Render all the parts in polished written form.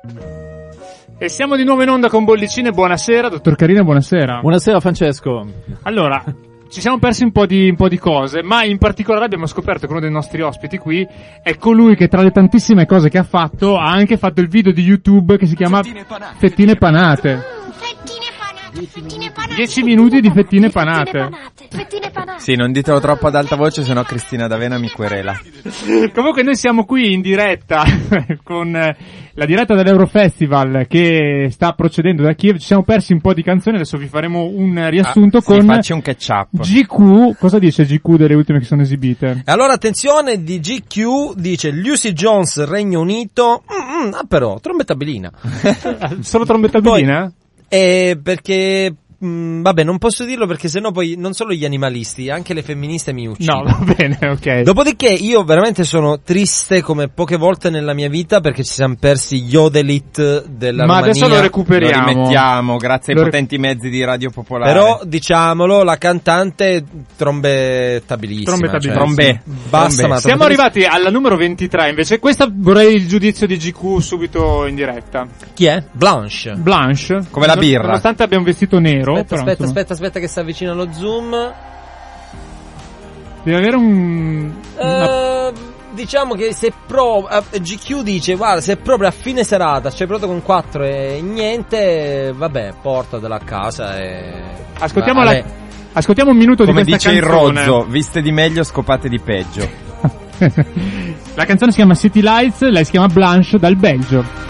E siamo di nuovo in onda con Bollicine. Buonasera, dottor Carina, buonasera. Buonasera Francesco. Allora, ci siamo persi un po' di cose, ma in particolare abbiamo scoperto che uno dei nostri ospiti qui è colui che tra le tantissime cose che ha anche fatto il video di YouTube che si chiama Fettine Panate. 10 minuti di fettine panate. Sì, non ditelo troppo ad alta voce, sennò Cristina D'Avena mi querela. Comunque noi siamo qui in diretta con la diretta dell'Eurofestival che sta procedendo da Kiev. Ci siamo persi un po' di canzoni, adesso vi faremo un riassunto con facci un catch up. GQ. Cosa dice GQ delle ultime che sono esibite? Allora attenzione, di GQ dice Lucy Jones, Regno Unito. Però trombetabilina. Solo trombetabilina? Perché vabbè, non posso dirlo perché sennò poi non solo gli animalisti, anche le femministe mi uccidono. No, va bene, ok. Dopodiché io veramente sono triste come poche volte nella mia vita perché ci siamo persi gli Yodelit della Ma Romania. adesso lo recuperiamo. Lo rimettiamo, grazie ai potenti mezzi di Radio Popolare. Però diciamolo, la cantante trombettabilissima. Basta, ma siamo arrivati alla numero 23 invece. Questa vorrei il giudizio di GQ subito in diretta. Chi è? Blanche. Come la birra. Nonostante abbiamo vestito nero. Aspetta che sta vicino allo zoom. Deve avere diciamo che se GQ dice guarda, se proprio a fine serata c'è prodotto con 4 e niente, vabbè, portatela a casa e ascoltiamo un minuto come di questa canzone. Come dice il Rozzo, viste di meglio, scopate di peggio. La canzone si chiama City Lights, lei si chiama Blanche dal Belgio.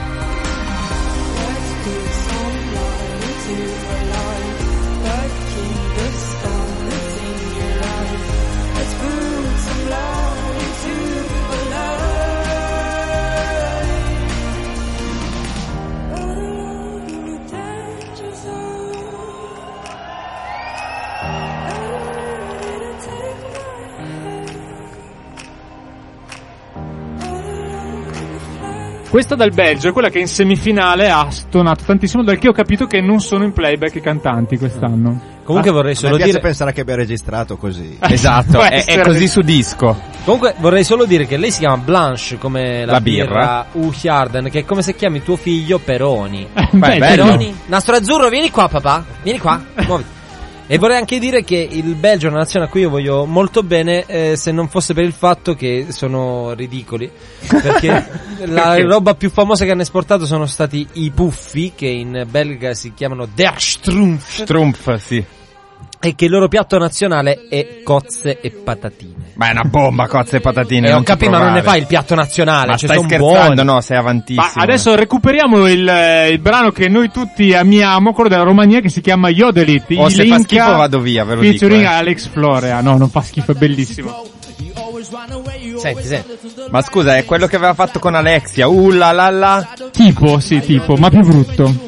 Questa dal Belgio è quella che in semifinale ha stonato tantissimo, dal che ho capito che non sono in playback i cantanti quest'anno. Comunque vorrei solo dire... dire... pensare che abbia registrato così. Esatto, è così su disco. Comunque vorrei solo dire che lei si chiama Blanche come la birra Ujarden, che è come se chiami tuo figlio Peroni. Peroni? Nastro azzurro, vieni qua papà, vieni qua, muoviti. E vorrei anche dire che il Belgio è una nazione a cui io voglio molto bene, se non fosse per il fatto che sono ridicoli, perché la roba più famosa che hanno esportato sono stati i puffi, che in belga si chiamano Der Strumpf. Strumpf, sì. E che il loro piatto nazionale è cozze e patatine. Ma è una bomba, cozze e patatine. Ho capito, ma non ne fai il piatto nazionale. Ma stai scherzando? No, sei avantissimo. Ma adesso recuperiamo il brano che noi tutti amiamo, quello della Romania, che si chiama Yodelit. Se fa schifo vado via, ve lo dico. Featuring Alex Florea. No, non fa schifo, è bellissimo. Senti. Ma scusa, è quello che aveva fatto con Alexia. La la la. Tipo, ma più brutto.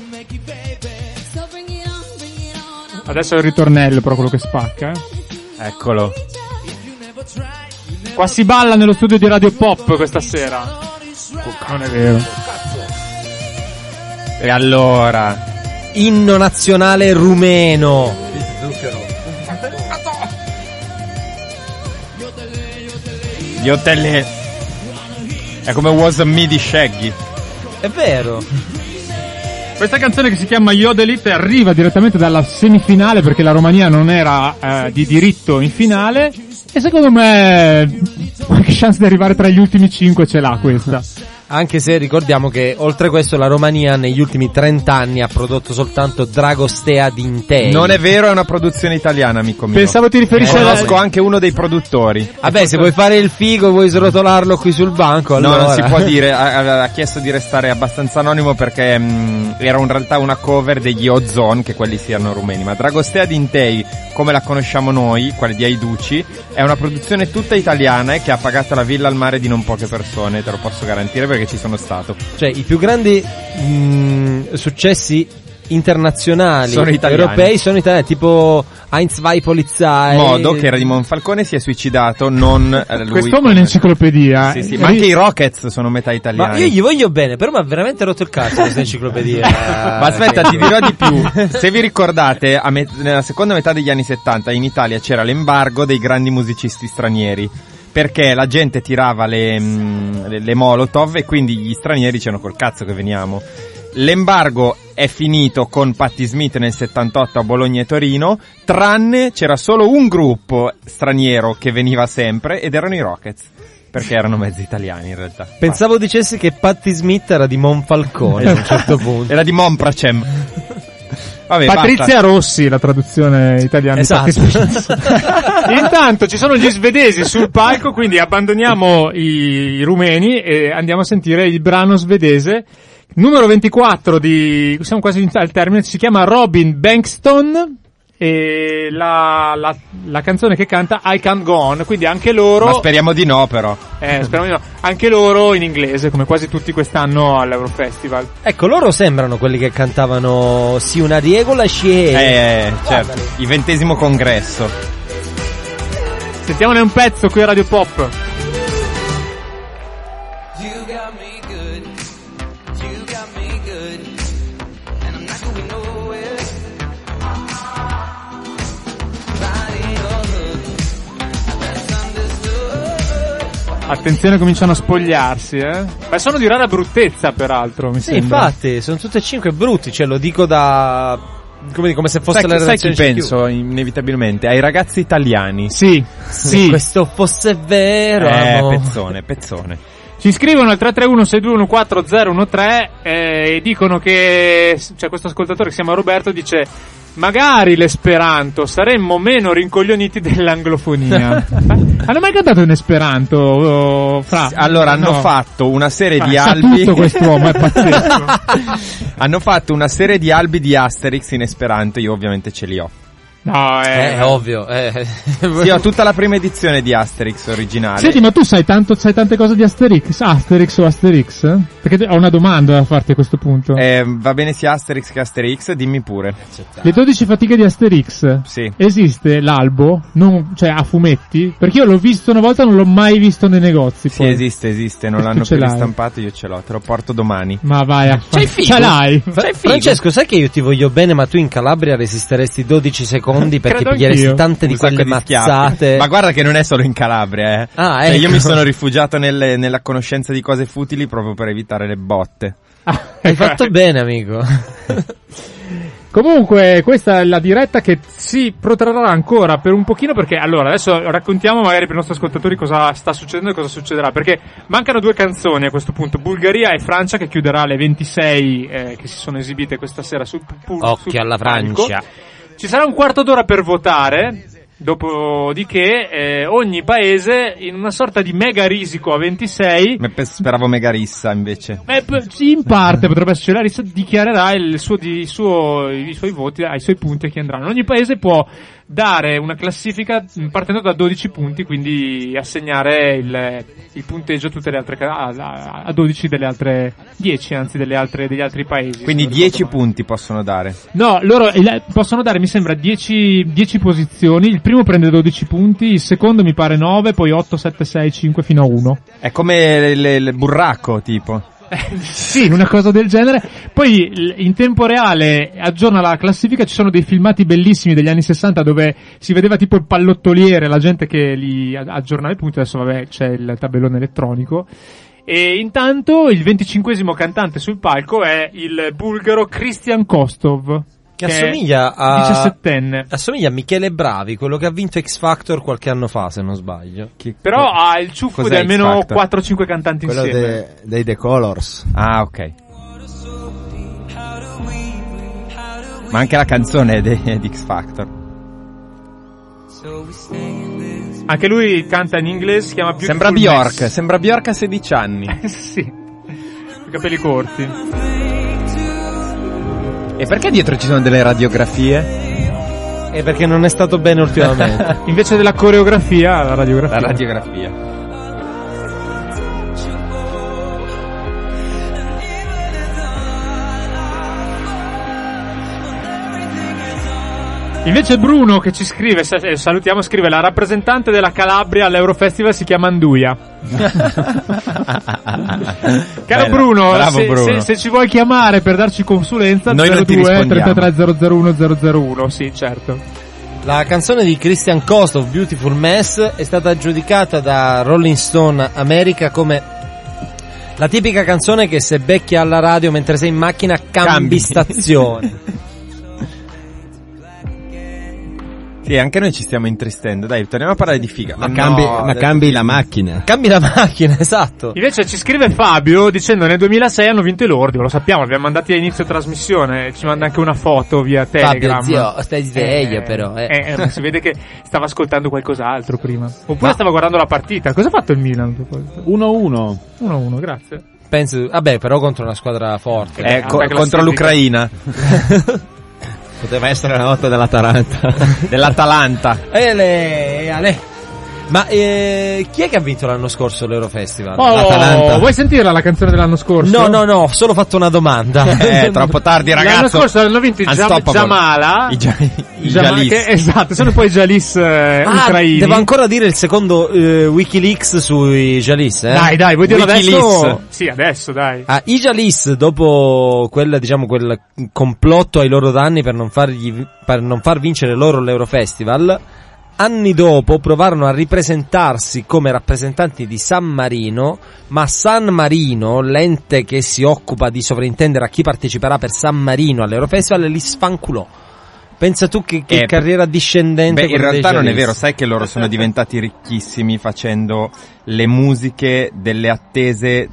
Adesso è il ritornello, però quello che spacca. Eccolo. Qua si balla nello studio di Radio Pop questa sera. Non è vero. E allora, inno nazionale rumeno. Yotele. È come Was Me di Shaggy. È vero. Questa canzone che si chiama Yodelit arriva direttamente dalla semifinale perché la Romania non era di diritto in finale e secondo me qualche chance di arrivare tra gli ultimi 5 ce l'ha questa. Anche se ricordiamo che oltre questo la Romania negli ultimi 30 anni ha prodotto soltanto Dragostea Dintei. Non è vero, è una produzione italiana, amico mio. Pensavo ti riferissi conosco anche uno dei produttori. Vabbè, se vuoi fare il figo, vuoi srotolarlo qui sul banco, allora... No, non si può dire, ha chiesto di restare abbastanza anonimo perché era in realtà una cover degli Ozon, che quelli siano rumeni, ma Dragostea Dintei, come la conosciamo noi, quella di Aiducci, è una produzione tutta italiana e che ha pagato la villa al mare di non poche persone, te lo posso garantire perché ci sono stato. Cioè i più grandi successi internazionali sono europei sono italiani, tipo Heinz Zwei Polizei. Modo, che era di Monfalcone, si è suicidato, non lui. Quest'uomo è un'enciclopedia. Sì, ma anche i Rockets sono metà italiani. Ma io gli voglio bene, però mi ha veramente rotto il cazzo questa enciclopedia. Ma aspetta, ti dirò di più. Se vi ricordate, nella seconda metà degli anni 70 in Italia c'era l'embargo dei grandi musicisti stranieri. perché la gente tirava le Molotov e quindi gli stranieri dicevano col cazzo che veniamo. L'embargo è finito con Patti Smith nel 78 a Bologna e Torino, tranne c'era solo un gruppo straniero che veniva sempre ed erano i Rockets, perché erano mezzi italiani in realtà. Pensavo dicessi che Patti Smith era di Monfalcone a un certo punto. Era di Monpracem. Vabbè, Patrizia basta. Rossi, la traduzione italiana. Esatto. Intanto ci sono gli svedesi sul palco, quindi abbandoniamo i rumeni e andiamo a sentire il brano svedese. Numero 24 siamo quasi al termine, si chiama Robin Bankston e la canzone che canta I Can't Go On, quindi anche loro... Ma speriamo di no però. Speriamo di no. Anche loro in inglese, come quasi tutti quest'anno all'Eurofestival. Ecco, loro sembrano quelli che cantavano Sì una regola certo, il 20° congresso. Sentiamone un pezzo qui a Radio Pop. Attenzione, cominciano a spogliarsi, Ma sono di rara bruttezza, peraltro, mi sembra. Infatti, sono tutti e 5 brutti, cioè lo dico da... come se fosse la redazione. Sai chi penso, inevitabilmente? Ai ragazzi italiani. Sì. Se questo fosse vero, pezzone. Ci scrivono al 331-6214013 e dicono che... C'è questo ascoltatore che si chiama Roberto, dice... Magari l'esperanto, saremmo meno rincoglioniti dell'anglofonia. Hanno mai cantato in esperanto? Allora, hanno fatto una serie di albi. Tutto quest'uomo è pazzesco. Hanno fatto una serie di albi di Asterix in esperanto, io ovviamente ce li ho. No, è ovvio. Sì, ho tutta la prima edizione di Asterix originale. Senti, ma tu sai tante cose di Asterix o Asterix? Perché ho una domanda da farti a questo punto. Va bene sia Asterix che Asterix, dimmi pure. Le 12 fatiche di Asterix? Sì. Esiste l'albo? Cioè a fumetti? Perché io l'ho visto una volta, non l'ho mai visto nei negozi. Sì, poi. esiste, non l'hanno più ristampato, io ce l'ho, te lo porto domani. Ma vai a ce l'hai. Francesco, sai che io ti voglio bene, ma tu in Calabria resisteresti 12 secondi perché piglieresti tante di quelle mazzate. Ma guarda che non è solo in Calabria, Ah, ecco. Io mi sono rifugiato nella conoscenza di cose futili proprio per evitare le botte. Hai fatto bene, amico. Comunque, questa è la diretta che si protrarrà ancora per un pochino, perché allora adesso raccontiamo magari per i nostri ascoltatori cosa sta succedendo e cosa succederà, perché mancano 2 canzoni a questo punto, Bulgaria e Francia, che chiuderà le 26 che si sono esibite questa sera sul Occhio alla Francia. Ci sarà un quarto d'ora per votare, dopodiché ogni paese in una sorta di mega risico a 26. Speravo mega rissa invece. Sì, in parte potrebbe essere la rissa, dichiarerà i suoi voti ai suoi punti a chi andranno. Ogni paese può dare una classifica partendo da 12 punti, quindi assegnare il punteggio a tutte le altre a 12 delle altre 10, anzi degli altri paesi. Quindi 10 punti possono dare. No, loro possono dare, mi sembra, 10 posizioni. Il primo prende 12 punti, il secondo mi pare 9, poi 8, 7, 6, 5 fino a 1. È come il burracco, tipo. Sì, una cosa del genere. Poi in tempo reale aggiorna la classifica, ci sono dei filmati bellissimi degli anni 60 dove si vedeva tipo il pallottoliere, la gente che li aggiornava i punti. Adesso vabbè c'è il tabellone elettronico. E intanto il 25esimo cantante sul palco è il bulgaro Christian Kostov, che assomiglia a 17enne. Assomiglia a Michele Bravi, quello che ha vinto X Factor qualche anno fa, se non sbaglio. Però ha il ciuffo di almeno 4-5 cantanti quello insieme. Dei The Colors. Ah, ok. Ma anche la canzone è di X Factor. Anche lui canta in inglese, si chiama Sembra Bjork, sembra Bjork a 16 anni. Sì, i capelli corti. E perché dietro ci sono delle radiografie? E perché non è stato bene ultimamente. Invece della coreografia, la radiografia. La radiografia. Invece Bruno che ci scrive, salutiamo, scrive: la rappresentante della Calabria all'Eurofestival si chiama Anduia. Caro Bruno, bravo Bruno. Se ci vuoi chiamare per darci consulenza, noi 02 33 001 001, sì, certo. La canzone di Christian Cost of Beautiful Mess è stata aggiudicata da Rolling Stone America come la tipica canzone che se becchi alla radio mentre sei in macchina cambi stazione. Sì, anche noi ci stiamo intristendo. Dai, torniamo a parlare di figa. Ma cambi la macchina. Cambi la macchina, esatto. Invece ci scrive Fabio dicendo nel 2006 hanno vinto i Lordi, lo sappiamo, li abbiamo mandati a inizio trasmissione, ci manda anche una foto via Telegram. Fabio, zio, stai sveglio però. Si vede che stava ascoltando qualcos'altro prima. Oppure stava guardando la partita. Cosa ha fatto il Milan? 1-1. 1-1, grazie. Penso, vabbè, però contro una squadra forte. Contro l'Ucraina. Poteva essere la notte dell'Atalanta. Ale. Ma chi è che ha vinto l'anno scorso l'Eurofestival? L'Atalanta. Vuoi sentirla la canzone dell'anno scorso? No, ho solo fatto una domanda. Troppo tardi, ragazzo. L'anno scorso hanno vinto i Jamala. I Jalis. Esatto, sono poi i Jalis ucraini. Devo ancora dire il secondo Wikileaks sui Jalis, Dai, vuoi dirlo Wikileaks. adesso? Sì, adesso, dai. I Jalis, dopo quel complotto ai loro danni per non far vincere loro l'Eurofestival, anni dopo provarono a ripresentarsi come rappresentanti di San Marino, ma San Marino, l'ente che si occupa di sovrintendere a chi parteciperà per San Marino all'Eurofestival, li sfanculò. Pensa tu che carriera discendente. In realtà non è vero, sai che loro sono diventati ricchissimi facendo le musiche delle attese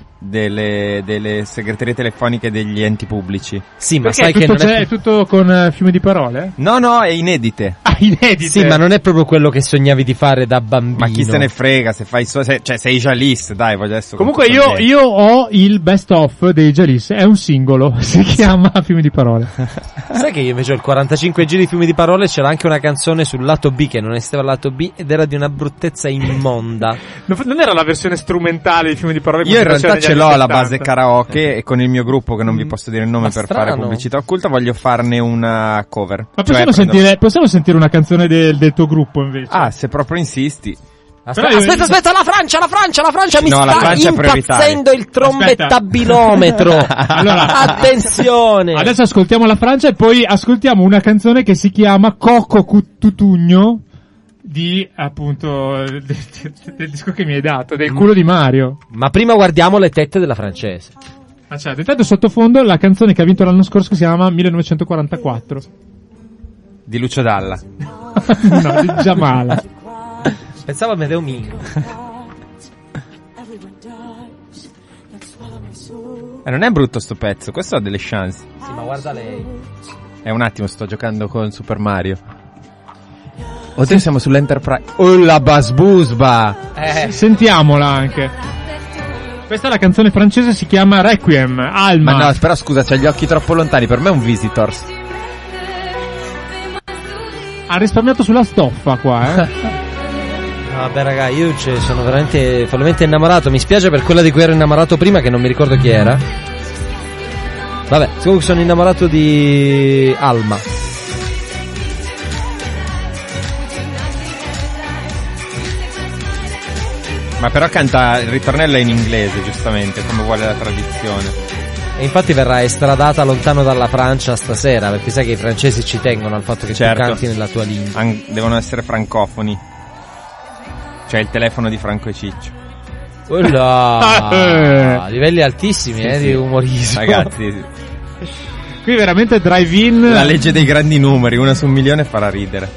delle segreterie telefoniche degli enti pubblici. Sì, ma perché sai che non è tutto con fiume di parole? No, è inedite. Inedite. Sì, ma non è proprio quello che sognavi di fare da bambino. Ma chi se ne frega se fai sei Jalis, dai, voglio adesso. Comunque io ho il best of dei Jalis, è un singolo, si chiama Fiumi di parole. Sai che io invece ho il 45 giri di Fiumi di parole, c'era anche una canzone sul lato B che non esisteva il lato B ed era di una bruttezza immonda. Non era la versione strumentale di Fiumi di parole? Io in realtà ce l'ho alla base karaoke e con il mio gruppo, che non vi posso dire il nome per fare pubblicità occulta, voglio farne una cover. Ma possiamo sentire una canzone del tuo gruppo invece? Ah, se proprio insisti. Aspetta, la Francia mi sta impazzendo il trombettabilometro. Allora, attenzione. Adesso ascoltiamo la Francia e poi ascoltiamo una canzone che si chiama Cocco Tutugno di, appunto, del disco che mi hai dato, del culo di Mario. Ma prima guardiamo le tette della francese. Ma certo, intanto sottofondo la canzone che ha vinto l'anno scorso, che si chiama 1944. Di Lucio Dalla. No, di Jamala. Pensavo a Medeo Mino. Non è brutto sto pezzo, questo ha delle chance. Sì, ma guarda lei. Un attimo, sto giocando con Super Mario. Oddio, siamo sull'Enterprise. Oh, la basbusba! Sentiamola anche. Questa è la canzone francese, si chiama Requiem, Alma. Ma no, però scusa, c'ha gli occhi troppo lontani, per me è un Visitors. Ha risparmiato sulla stoffa qua, Vabbè raga, io sono veramente follemente innamorato. Mi spiace per quella di cui ero innamorato prima, che non mi ricordo chi era. Vabbè, comunque sono innamorato di Alma. Ma però canta il ritornello in inglese, giustamente, come vuole la tradizione. E infatti verrà estradata lontano dalla Francia stasera, perché sai che i francesi ci tengono al fatto che tu canti nella tua lingua. Devono essere francofoni. C'è il telefono di Franco e Ciccio. Livelli altissimi, sì, di umorismo. Ragazzi, qui veramente drive-in. La legge dei grandi numeri, 1 su 1.000.000 farà ridere.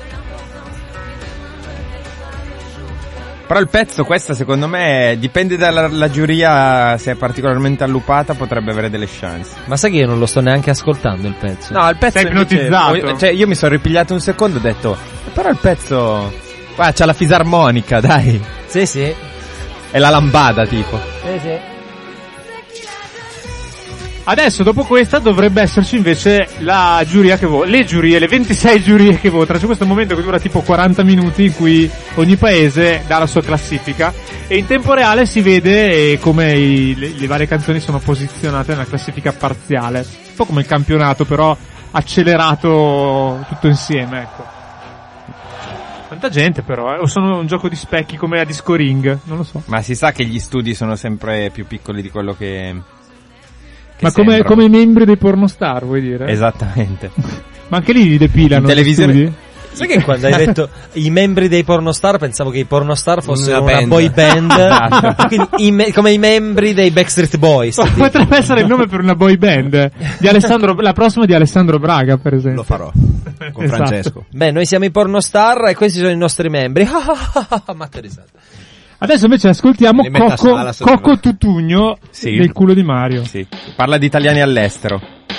Però il pezzo, questa secondo me, dipende dalla giuria, se è particolarmente allupata potrebbe avere delle chance. Ma sai che io non lo sto neanche ascoltando il pezzo? No, il pezzo sei ipnotizzato. Cioè io mi sono ripigliato un secondo e ho detto, però il pezzo... Guarda, c'ha la fisarmonica, dai. Sì. È la lambada, tipo. Sì. Adesso, dopo questa, dovrebbe esserci invece la giuria che vota. Le 26 giurie che votano. C'è questo momento che dura tipo 40 minuti in cui ogni paese dà la sua classifica. E in tempo reale si vede come le varie canzoni sono posizionate nella classifica parziale. Un po' come il campionato, però accelerato tutto insieme, ecco. Tanta gente però, o sono un gioco di specchi come a Disco Ring, non lo so. Ma si sa che gli studi sono sempre più piccoli di quello che ma come i membri dei pornostar, vuoi dire? Esattamente. Ma anche lì li depilano. In televisione, Sai che quando hai detto i membri dei pornostar pensavo che i pornostar fossero una band. boy band, quindi come i membri dei Backstreet Boys. Potrebbe essere il nome per una boy band di Alessandro, la prossima di Alessandro Braga, per esempio. Lo farò con Esatto. Francesco. Beh, noi siamo i pornostar e questi sono i nostri membri. Ma che risate. Adesso invece ascoltiamo Li metto a sala, se Coco no. Tutugno Sì. del culo di Mario. Sì. Parla di italiani all'estero.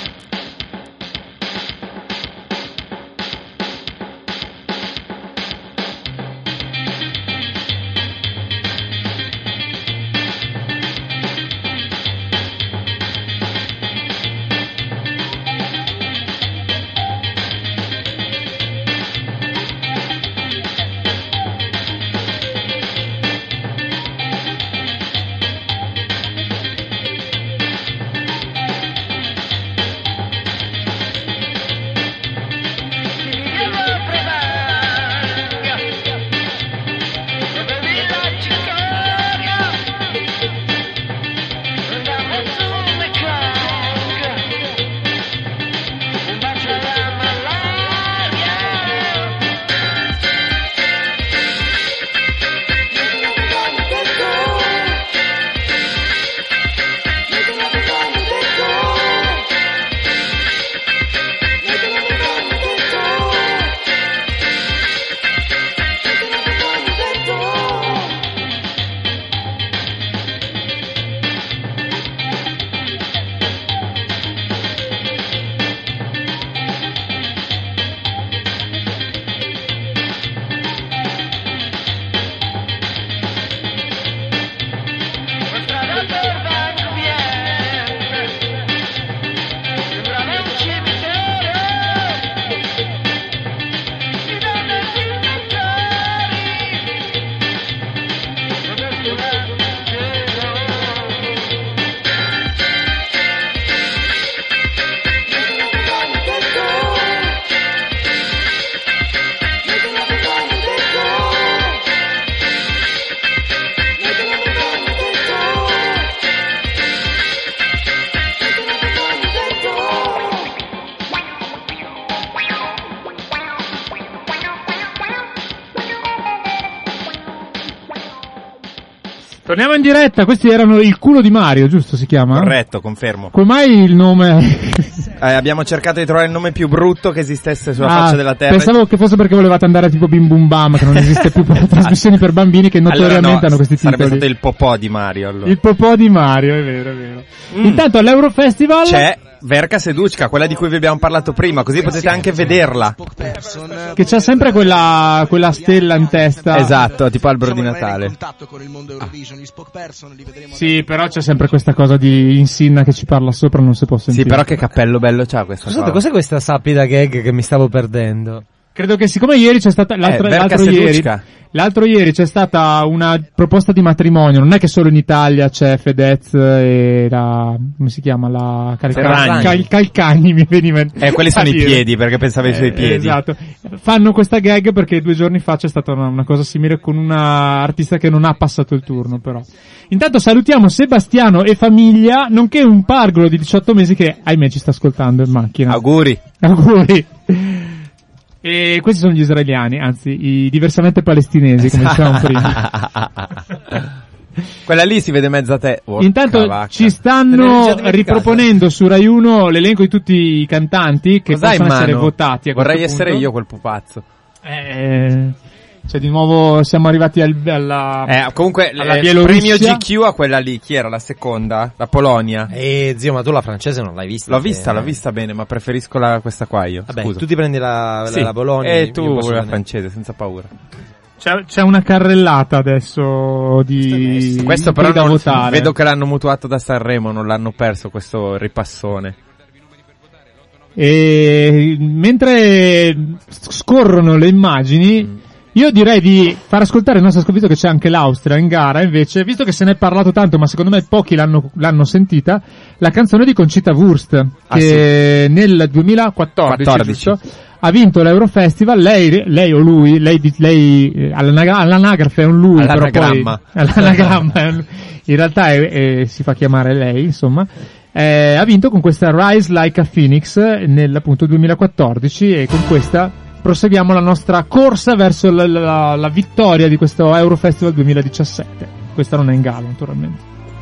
Torniamo in diretta, questi erano il culo di Mario, giusto si chiama? Corretto, confermo. Come mai il nome? Abbiamo cercato di trovare il nome più brutto che esistesse sulla faccia della terra. Pensavo che fosse perché volevate andare tipo Bim Bum Bam, che non esiste più per le trasmissioni per bambini che notoriamente Allora, no, hanno questi titoli. sarebbe stato il popò di Mario, allora. Il popò di Mario, è vero, è vero. Intanto all'Eurofestival C'è Verka Seduchka, quella di cui vi abbiamo parlato prima, così potete anche vederla. che c'ha sempre quella stella in testa. Esatto, tipo albero di Natale. Sì, però c'è sempre questa cosa di Insinna che ci parla sopra, non si può sentire. Sì, però che cappello bello c'ha questa Scusate, cosa. cos'è questa sapida gag che mi stavo perdendo? Credo che siccome ieri c'è stata Verka Seduchka. l'altro ieri c'è stata una proposta di matrimonio, non è che solo in Italia c'è Fedez e la come si chiama la Calcagni mi veniva. Quelli sono a i dire. piedi, perché pensavi ai suoi piedi. Esatto. Fanno questa gag perché 2 giorni fa c'è stata una cosa simile con una artista che non ha passato il turno, però. Intanto salutiamo Sebastiano e famiglia, nonché un pargolo di 18 mesi che ahimè ci sta ascoltando in macchina. Auguri. Auguri. E questi sono gli israeliani, anzi i diversamente palestinesi, come dicevamo prima. Quella lì si vede mezza te. Intanto ci stanno riproponendo su Rai 1 l'elenco di tutti i cantanti che Cos'hai possono in essere mano? votati a Vorrei questo essere punto. io quel pupazzo. Cioè di nuovo siamo arrivati alla Comunque alla il Bielorussia. premio GQ a quella lì, chi era la seconda? La Polonia. Zio, ma tu la francese non l'hai vista? L'ho vista bene, ma preferisco questa qua io. Vabbè, Scusa. tu ti prendi la Bologna e io tu posso la prendere- francese, senza paura. C'è una carrellata adesso di Questo però da non, votare. vedo che l'hanno mutuato da Sanremo, non l'hanno perso questo ripassone. E mentre scorrono le immagini, io direi di far ascoltare il nostro visto che c'è anche l'Austria in gara, invece, visto che se ne è parlato tanto, ma secondo me pochi l'hanno sentita, la canzone di Conchita Wurst, che nel 2014 giusto, ha vinto l'Eurofestival, lei o lui, lei all'anagrafe è un lui, All'anagramma. però poi, all'anagramma, in realtà si fa chiamare lei, insomma. Ha vinto con questa Rise Like a Phoenix nel appunto 2014 e con questa proseguiamo la nostra corsa verso la vittoria di questo Eurofestival 2017. Questa non è in gala, naturalmente.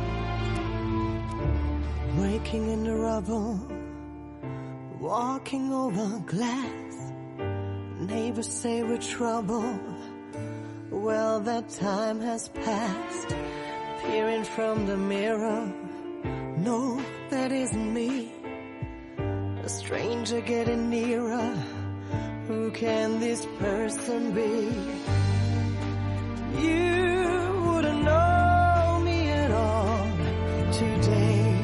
Waking in the rubble, walking over glass. Neighbors say we're trouble. Well, that time has passed. Peering from the mirror, no, that isn't me. A stranger getting nearer. Who can this person be? You wouldn't know me at all today.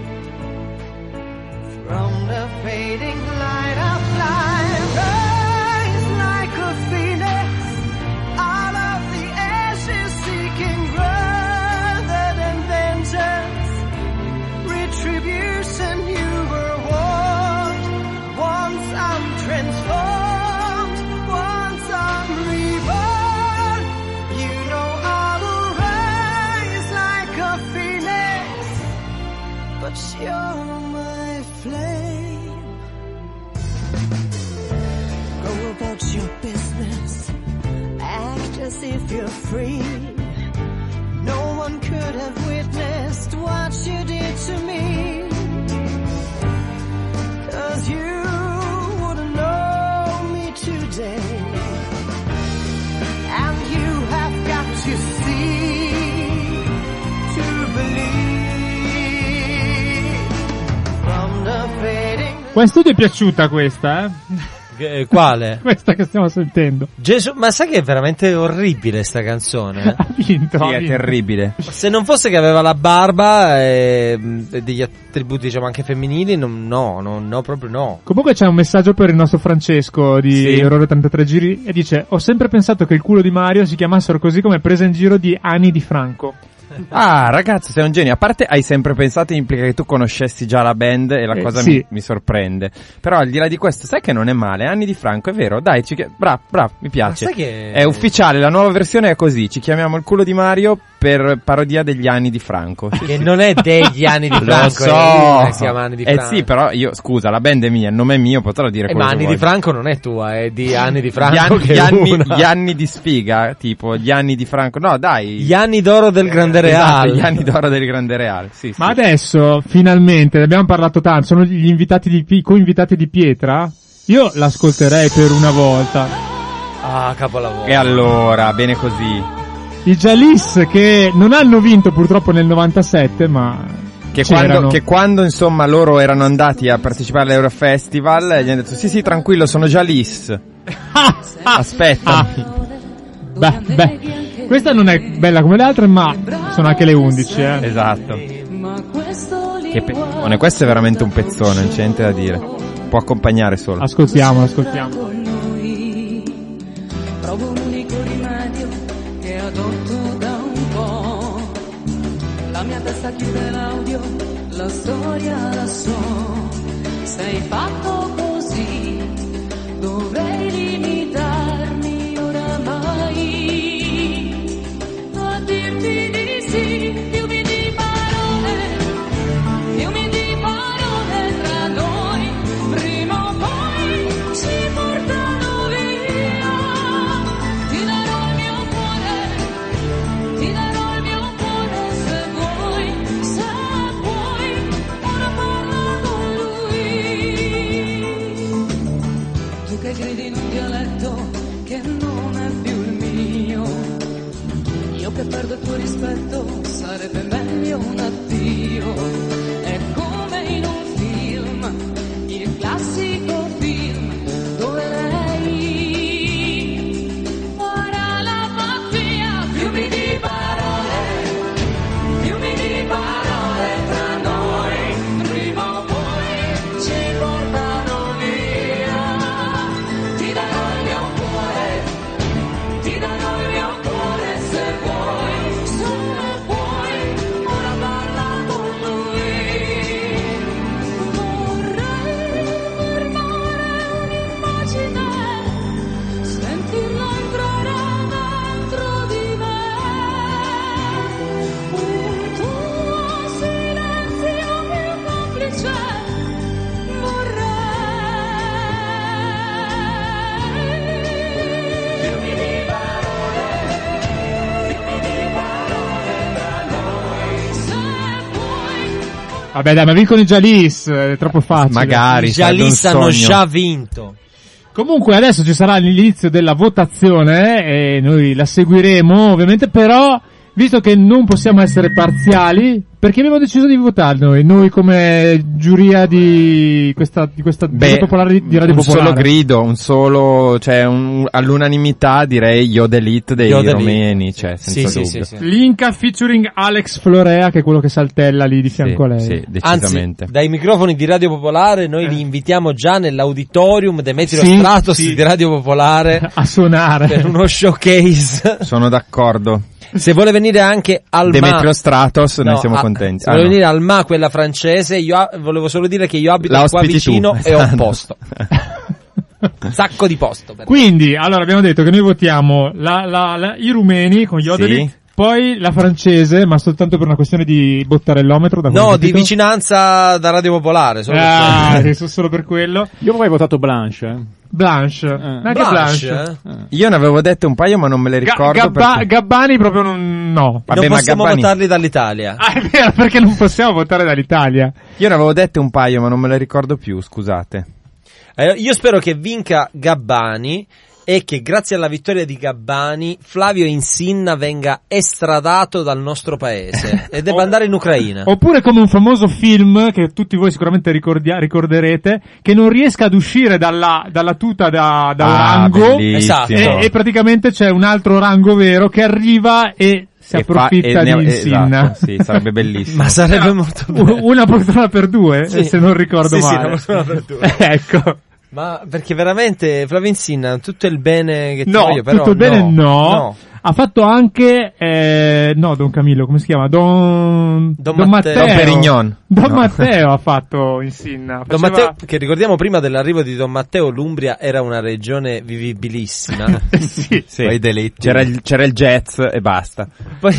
From the fading light of life, rise like a phoenix out of the ashes, seeking rather than vengeance, retribution. You were warned. Once I'm transformed, once I'm reborn, you know I'll rise like a phoenix, but you're my flame. Go about your business, act as if you're free. No one could have witnessed what you did to me, 'cause you wouldn't know me today. And you have got to see to believe. From the fading. Qua in studio è piaciuta questa, Quale? Questa che stiamo sentendo. Gesù, ma sai che è veramente orribile sta canzone? Ha vinto. Sì, è terribile. Se non fosse che aveva la barba e degli attributi diciamo anche femminili, no, proprio no. Comunque c'è un messaggio per il nostro Francesco di Errore 33 Giri e dice: ho sempre pensato che il culo di Mario si chiamassero così come presa in giro di Ani di Franco. Ah, ragazzo, sei un genio. A parte hai sempre pensato implica che tu conoscessi già la band e la cosa sì. mi sorprende. Però al di là di questo, sai che non è male. Anni di Franco, è vero. Dai, bravo, mi piace. Ma sai che è ufficiale, la nuova versione è così. Ci chiamiamo il culo di Mario per parodia degli anni di Franco. Che non è degli anni di Franco, Lo so. si chiama Anni di Franco. Sì, però io, scusa, la band è mia, il nome è mio, potrò dire quello ma che Anni voglio. di Franco non è tua, è di Anni di Franco. Gli anni di sfiga, tipo gli anni di Franco. No, dai. Gli anni d'oro del Grande Real. Esatto, gli anni d'oro del Grande Real. Sì, ma adesso, finalmente, ne abbiamo parlato tanto, sono gli invitati coinvitati di Pietra. Io l'ascolterei per una volta. Ah, capolavoro. E allora, bene così. I Jalis che non hanno vinto purtroppo nel 97, ma che quando insomma loro erano andati a partecipare all'Eurofestival gli hanno detto sì tranquillo, sono Jalis. Aspetta. Beh, questa non è bella come le altre, ma sono anche le 11, Esatto. Questo è veramente un pezzone, non c'è niente da dire. Può accompagnare solo. Ascoltiamo. Provo un unico rimedio che adotto da un po'. La mia testa chiude l'audio, la storia la so. Sei fatto così, dovrei limitarmi oramai a dirti di sì. Fiumi di parole tra noi, prima o poi ci portano via. Ti darò il mio cuore se vuoi, ora parla con lui. Vabbè dai, ma vincono i Jalis, è troppo facile. Magari, I sarebbe un Jalis hanno sogno. già vinto. Comunque adesso ci sarà l'inizio della votazione e noi la seguiremo ovviamente, però visto che non possiamo essere parziali, perché abbiamo deciso di votare noi come giuria di questa giuria popolare di Radio un Popolare. solo grido, cioè all'unanimità direi Yodelit dei Yodelit. romeni, cioè senza dubbio. Sì. L'Inca featuring Alex Florea, che è quello che saltella lì di fianco a lei. Sì, decisamente. Anzi, dai microfoni di Radio Popolare noi li invitiamo già nell'auditorium Demetrio Sì, Stratos sì. di Radio Popolare A suonare. per uno showcase. Sono d'accordo. Se vuole venire anche al Demetrio Stratos, noi siamo contenti. contenti. Se vuole venire al MA, quella francese, io volevo solo dire che io abito La qua ospiti vicino tu, e ho esatto. posto. Un sacco di posto. Per Quindi, allora abbiamo detto che noi votiamo i rumeni con Yodelit, Sì. poi la francese, ma soltanto per una questione di bottarellometro. Da no, quello che ho di capito. vicinanza da Radio Popolare. Solo per Sì, solo per quello. Io avrei votato Blanche. Blanche. Anche Blanche, Blanche. Io ne avevo dette un paio ma non me le ricordo perché... Gabbani proprio no. Vabbè, non ma possiamo Gabbani- votarli dall'Italia. Ah, è vero, perché non possiamo votare dall'Italia. Io ne avevo dette un paio ma non me le ricordo più, scusate. Io spero che vinca Gabbani e che grazie alla vittoria di Gabbani Flavio Insinna venga estradato dal nostro paese e debba andare in Ucraina. Oppure come un famoso film che tutti voi sicuramente ricorderete, che non riesca ad uscire dalla tuta da un rango, bellissimo. Esatto. e praticamente c'è un altro rango vero che arriva e si approfitta di Insinna. Esatto, sì, sarebbe bellissimo. Ma sarebbe molto bello. Una poltrona per due, Sì. se non ricordo Sì, male. una poltrona per due. Ecco. Ma perché veramente Flavio Insinna, tutto il bene che ti No, voglio, però tutto bene no. no. Ha fatto anche, Don Camillo, come si chiama? Don Matteo. Don Perignon. Don No. Matteo ha fatto Insinna. Don Faceva- Matteo, che ricordiamo prima dell'arrivo di Don Matteo, l'Umbria era una regione vivibilissima. Sì. Sì. Poi delitti. C'era il jazz e basta. Poi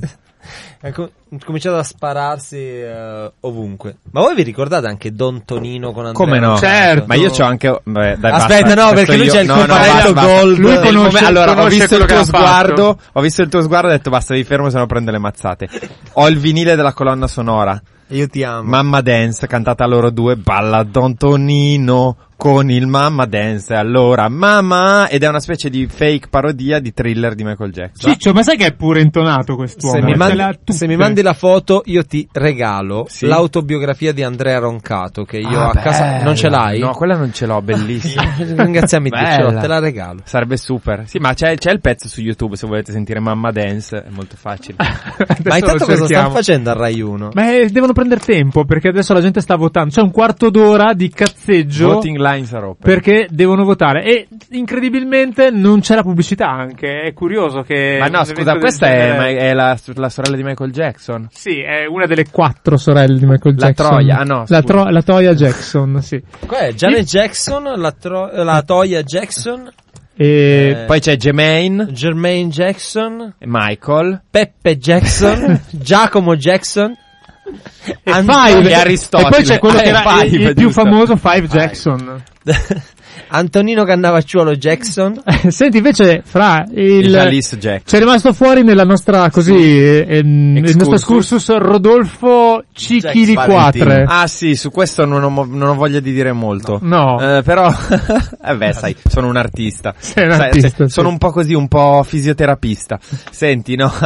ha cominciato a spararsi ovunque. Ma voi vi ricordate anche Don Tonino con Andrea? Come no? Roncato? Certo. Ma io c'ho anche... Beh, dai, Aspetta, basta. no, Questo perché lui io- c'ha il no, no, comparetto basta. gold. Lui conosce- Allora, ho conosce visto il quello tuo che ha sguardo, ho visto il tuo sguardo e ho detto basta, vi fermo se no prende le mazzate. Ho il vinile della colonna sonora. Io ti amo. Mamma Dance, cantata a loro due, balla Don Tonino con il Mamma Dance, allora mamma, ed è una specie di fake parodia di Thriller di Michael Jackson. Ciccio, ma sai che è pure intonato quest'uomo? Se mi, Ce mandi, l'ha tutte. se mi mandi la foto, io ti regalo Sì. l'autobiografia di Andrea Roncato, che io Ah, a casa... bella. Non ce l'hai? No, quella non ce l'ho, bellissima. Ringraziami, te, ce l'ho, Bella. te la regalo. Sarebbe super. Sì, ma c'è il pezzo su YouTube se volete sentire Mamma Dance, è molto facile. Adesso Ma intanto lo cosa cerchiamo. stanno facendo a Rai 1? Beh, devono prendere tempo, perché adesso la gente sta votando. C'è un quarto d'ora di cazzeggio. Voting lines are open. Perché devono votare e incredibilmente non c'è la pubblicità anche, è curioso che... Ma no, un scusa, evento del questa genere- è la sorella di Michael Jackson. Sì, è una delle 4 sorelle di Michael La Jackson. Troia, ah no, scusa. La Toya Jackson, sì. Qua è Janet Jackson, la Toya Jackson, E Poi c'è Jermaine, Jermaine Jackson, Michael, Peppe Jackson, Giacomo Jackson, e Five Five, e Aristotele. e poi c'è quello che era Five, il più giusto. famoso, Five Jackson. Antonino Cannavacciuolo Jackson. Senti, invece, il Alice Jackson. c'è rimasto fuori nella nostra, così, il nostro Excursus. excursus Rodolfo Cicchiliquatre. Ah sì, su questo non ho voglia di dire molto. No. Però, beh, sai, sono un artista. Sei un Sai, artista, sì. sono un po' così, un po' fisioterapista. Senti, no.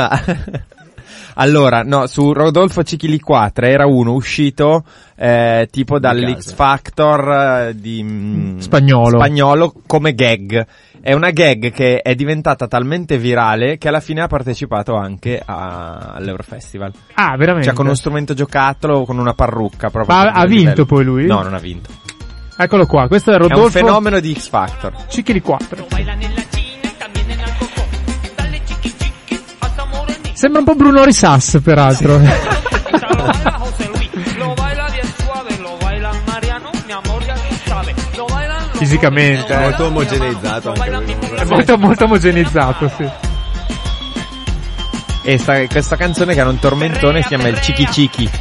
Allora, no, su Rodolfo Cicchiliquatre era uno uscito tipo dall'X Factor di spagnolo come gag. È una gag che è diventata talmente virale che alla fine ha partecipato anche all'Eurofestival. Ah, veramente? Cioè con uno strumento giocattolo, con una parrucca proprio. Ma per ha quel vinto livello. poi lui? No, non ha vinto. Eccolo qua, questo è È un Rodolfo fenomeno di X Factor. Cicchiliquatre. Sembra un po' Bruno Risas, peraltro. Fisicamente, Molto omogeneizzato anche lui. È molto, molto omogenizzato, sì. E questa canzone che era un tormentone si chiama il Chiqui Chiqui.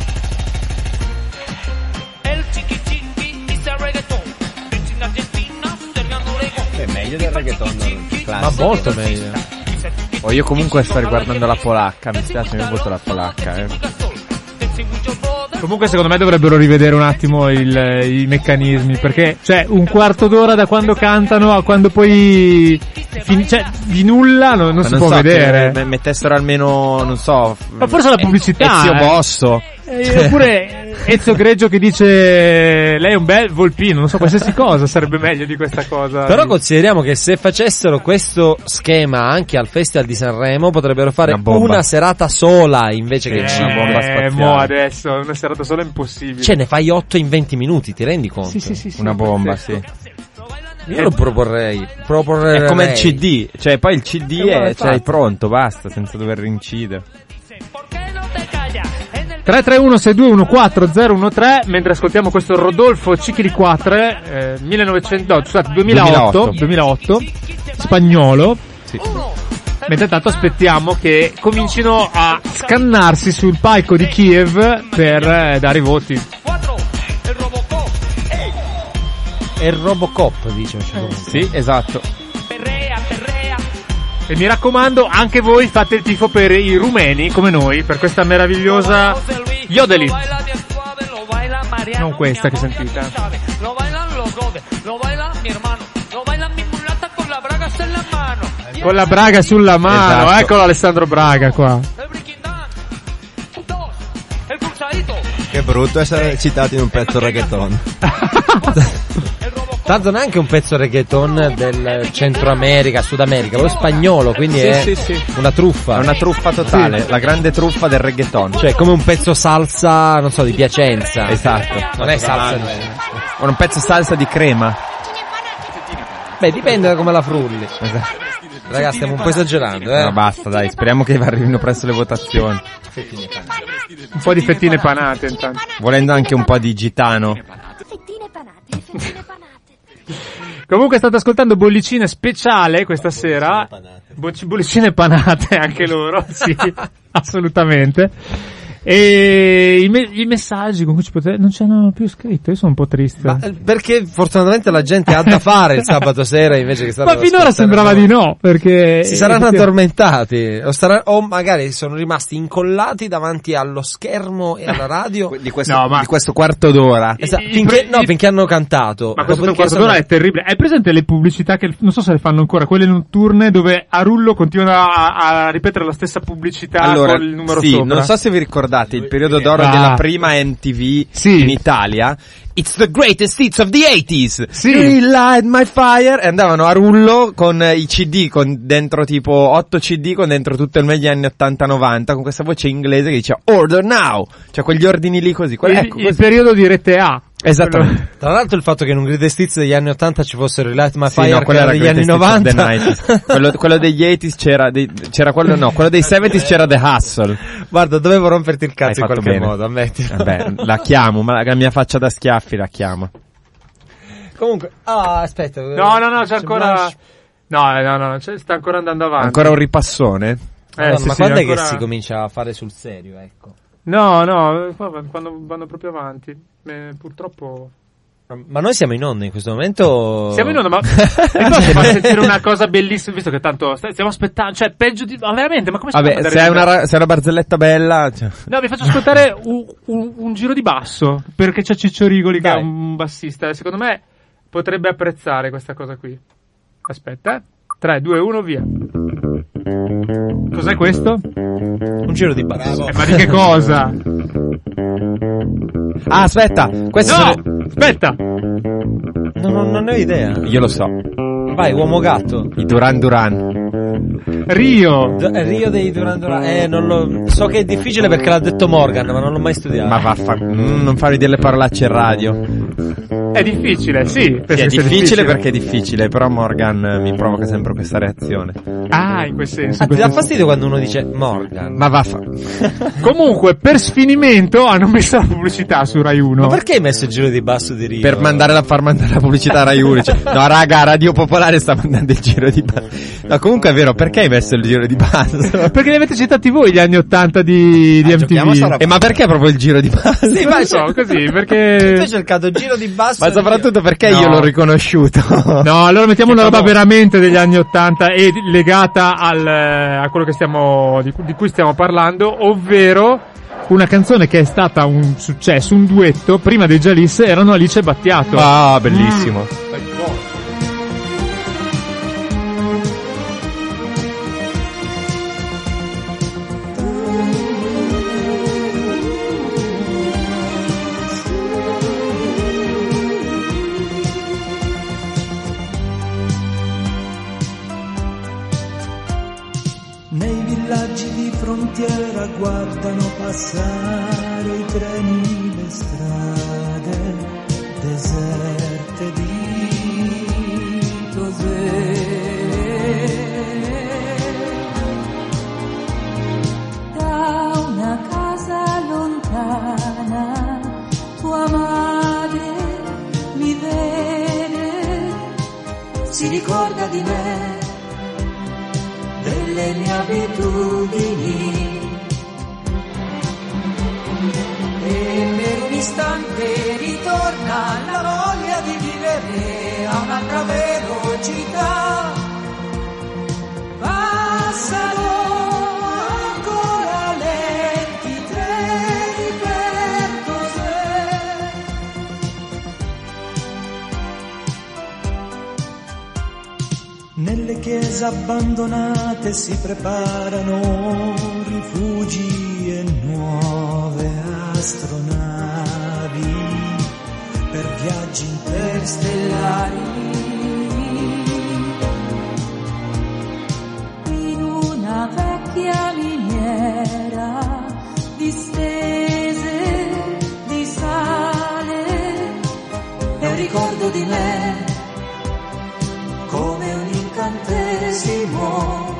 È meglio del reggaeton Ma classico. molto meglio. Oh, io comunque sto riguardando la polacca, mi spiace, mi voto la polacca, Comunque secondo me dovrebbero rivedere un attimo i meccanismi, perché cioè un quarto d'ora da quando cantano a quando poi cioè di nulla non si può vedere. Mettessero almeno, non so, ma forse la pubblicità Ezio Bosso. Oppure Ezio Greggio che dice lei è un bel volpino, non so, qualsiasi cosa sarebbe meglio di questa cosa. Però consideriamo che se facessero questo schema anche al Festival di Sanremo potrebbero fare una serata sola invece che 5. Una bomba spaziale. Mo adesso una serata sola è impossibile. Cioè ne fai 8 in 20 minuti, ti rendi conto? Sì, una bomba, sì. Io lo proporrei. È come il CD, cioè poi il CD è pronto, basta, senza dover rincidere. 331-621-4013, mentre ascoltiamo questo Rodolfo Chichiliquatre 2008, spagnolo. Sì. Mentre tanto aspettiamo che comincino a scannarsi sul palco di Kiev per dare i voti. È il Robocop, dice. Sì, esatto. E mi raccomando, anche voi fate il tifo per i rumeni, come noi, per questa meravigliosa Yodelit. Non questa che sentite. Con la braga sulla mano, esatto. Eccolo Alessandro Braga qua. Che brutto essere citato in un pezzo reggaeton. Tanto neanche un pezzo reggaeton del Centro America, Sud America, lo spagnolo, quindi è una truffa. È una truffa totale, la grande truffa del reggaeton. Cioè come un pezzo salsa, non so, di Piacenza. Esatto. Non è salsa. O un pezzo salsa di crema. Beh, dipende da come la frulli. Esatto. Ragazzi, stiamo un po' esagerando, No, basta, dai, speriamo che arrivino presto le votazioni. Un po' di fettine panate intanto. Volendo anche un po' di gitano. Fettine panate. Comunque state ascoltando Bollicine speciale questa sera. Bollicine panate anche loro, sì, assolutamente. E i messaggi con cui ci potete non c'hanno più scritto, io sono un po' triste. Ma perché fortunatamente la gente ha da fare il sabato sera invece che stare. Ma finora sembrava di no, perché si saranno addormentati o magari sono rimasti incollati davanti allo schermo e alla radio di questo quarto d'ora. Finché hanno cantato. Ma questo quarto d'ora è terribile. Hai presente le pubblicità che non so se le fanno ancora, quelle notturne dove a rullo continuano a ripetere la stessa pubblicità con il numero sopra? Non so se vi ricordate il periodo d'oro della prima MTV in Italia. It's the greatest hits of the 80s. Sì. Relight my fire. E andavano a rullo con i CD, con dentro tipo 8 CD, con dentro tutto il meglio anni 80-90, con questa voce inglese che diceva Order Now. Cioè quegli ordini lì così. Il periodo di Rete A. Esattamente. Tra l'altro il fatto che in un greatest hits degli anni 80 ci fossero Relight My Fire, no, quello era degli anni 90. quello degli 80s c'era quello dei 70s c'era The Hustle. Guarda, dovevo romperti il cazzo in qualche bene. modo, ammetti. Vabbè, la chiamo, ma la mia faccia da schiaffi la chiama. Comunque, aspetta. No, c'è ancora. No, sta ancora andando avanti. Ancora un ripassone? Ma quando è che si comincia a fare sul serio, ecco? No, quando vanno proprio avanti. Purtroppo. Ma noi siamo in onda in questo momento. Siamo in onda, ma mi fa sentire una cosa bellissima, visto che tanto stiamo aspettando, cioè peggio di. Ma veramente, ma come si Vabbè, se è una barzelletta bella. Cioè. No, vi faccio ascoltare un giro di basso, perché c'è Ciccio Rigoli che è un bassista, e secondo me potrebbe apprezzare questa cosa qui. Aspetta, 3, 2, 1, via. Cos'è questo? Un giro di basso. Ma di che cosa? Ah, aspetta, questo aspetta. Non ne ho idea. Io lo so. Vai, uomo gatto. I Duran Duran. Rio dei Duran Duran. Non lo so, che è difficile perché l'ha detto Morgan, ma non l'ho mai studiato. Ma non farmi delle parolacce in radio. È difficile, sì. È difficile perché è difficile, però Morgan mi provoca sempre questa reazione. Ah, in quel senso. Ti dà fastidio quando uno dice Morgan? Ma vaffa. Comunque, per sfinimento hanno messo la pubblicità su Rai 1. Ma perché hai messo il giro di basso di Rio? Per far mandare la pubblicità a Rai 1. Cioè, no, raga, Radio Popolare sta mandando il giro di basso. No, comunque è vero, perché hai messo il giro di basso? Perché li avete citati voi gli anni 80 di MTV. Ma perché proprio il giro di basso? Sì, ma so, così, perché. Tu hai cercato il giro di basso. Ma soprattutto perché io l'ho riconosciuto. No, allora mettiamo una roba veramente degli anni 80 e legata a quello che di cui stiamo parlando, ovvero una canzone che è stata un successo, un duetto, prima dei Jalis erano Alice e Battiato. Ah, bellissimo. Nei villaggi di frontiera guardano passare i treni, le strade deserte di Tosè. Da una casa lontana tua madre mi vede, si ricorda di me, delle mie abitudini, e per un istante ritorna la voglia di vivere a un'altra velocità. Passano ancora lenti treni per Tosè. Nelle chiese abbandonate si preparano rifugi e nuove astronavi per viaggi interstellari. In una vecchia miniera distese di sale è un ricordo di me, come un incantesimo,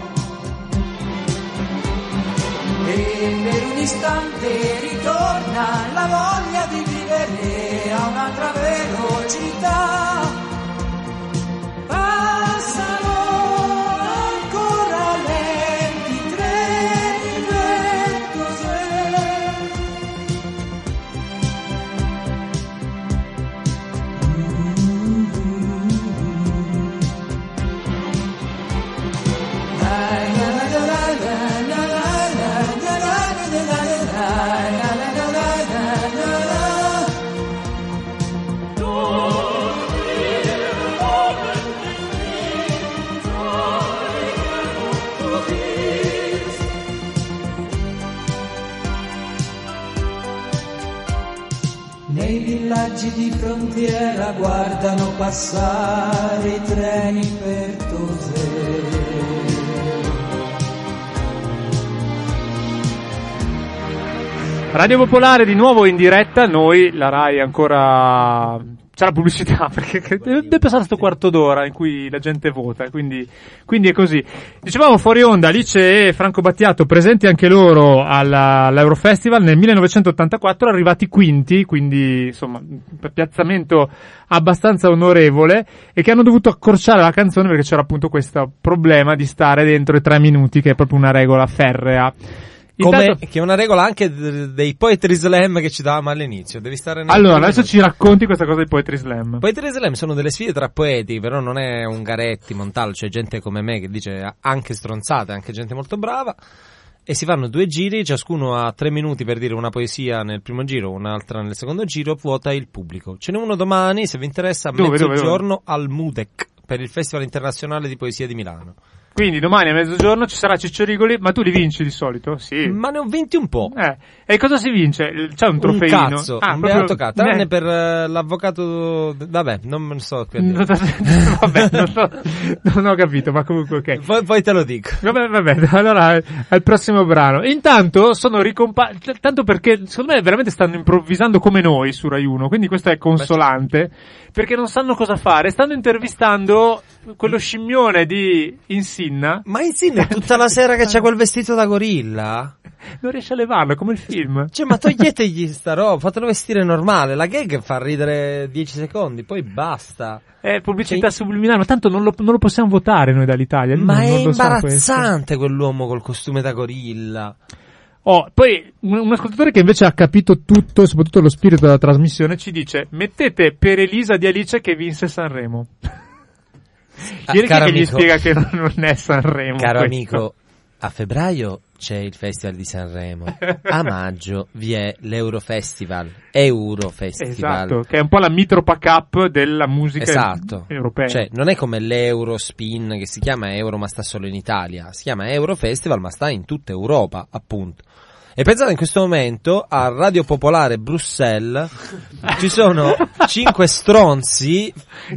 e per un istante ritorna la voglia di vivere a un'altra velocità. Passano ancora lenti treni per Tosè. Nei villaggi di frontiera guardano passare i treni per Tosè. Radio Popolare di nuovo in diretta, noi, la Rai ancora... c'è la pubblicità, perché deve passare sto quarto d'ora in cui la gente vota, quindi è così. Dicevamo fuori onda, Alice e Franco Battiato presenti anche loro all'Eurofestival nel 1984, arrivati quinti, quindi insomma un piazzamento abbastanza onorevole, e che hanno dovuto accorciare la canzone perché c'era appunto questo problema di stare dentro i 3 minuti, che è proprio una regola ferrea. Come che è una regola anche dei Poetry Slam che ci davamo all'inizio. Devi stare allora, adesso ci racconti questa cosa dei Poetry Slam. Poetry Slam sono delle sfide tra poeti, però non è un Garetti, Montalvo, c'è gente come me che dice anche stronzate, anche gente molto brava, e si fanno 2 giri, ciascuno ha 3 minuti per dire una poesia nel primo giro, un'altra nel secondo giro, vota il pubblico. Ce n'è uno domani, se vi interessa, a mezzogiorno al Mudec, per il Festival Internazionale di Poesia di Milano. Quindi domani a mezzogiorno ci sarà Ciccio Rigoli, ma tu li vinci di solito? Sì. Ma ne ho vinti un po'. E cosa si vince? C'è un trofeino? Un cazzo, un beato cazzo. Tranne per l'avvocato... Vabbè, non so che dire. Vabbè, non ho capito, ma comunque ok. Poi te lo dico. Vabbè, allora al prossimo brano. Intanto sono tanto perché secondo me veramente stanno improvvisando come noi su Rai 1, quindi questo è consolante, perché non sanno cosa fare. Stanno intervistando quello scimmione di Insinna. Ma Insinna è tutta la sera che c'ha quel vestito da gorilla? Non riesce a levarlo, come il film. Cioè, ma toglietegli sta roba, fatelo vestire normale. La gag fa ridere 10 secondi, poi basta. È pubblicità subliminale, ma tanto non lo possiamo votare noi dall'Italia. Ma è imbarazzante quell'uomo col costume da gorilla. Poi un ascoltatore che invece ha capito tutto, soprattutto lo spirito della trasmissione, ci dice: mettete per Elisa di Alice che vinse Sanremo. Ieri che gli spiega che non è Sanremo. Caro amico, a febbraio c'è il Festival di Sanremo, a maggio vi è l'Eurofestival. Esatto, che è un po' la Mitropa Cup della musica esatto. europea. Cioè, non è come l'Eurospin che si chiama Euro ma sta solo in Italia, si chiama Eurofestival ma sta in tutta Europa, appunto. E pensate in questo momento a Radio Popolare Bruxelles ci sono 5 stronzi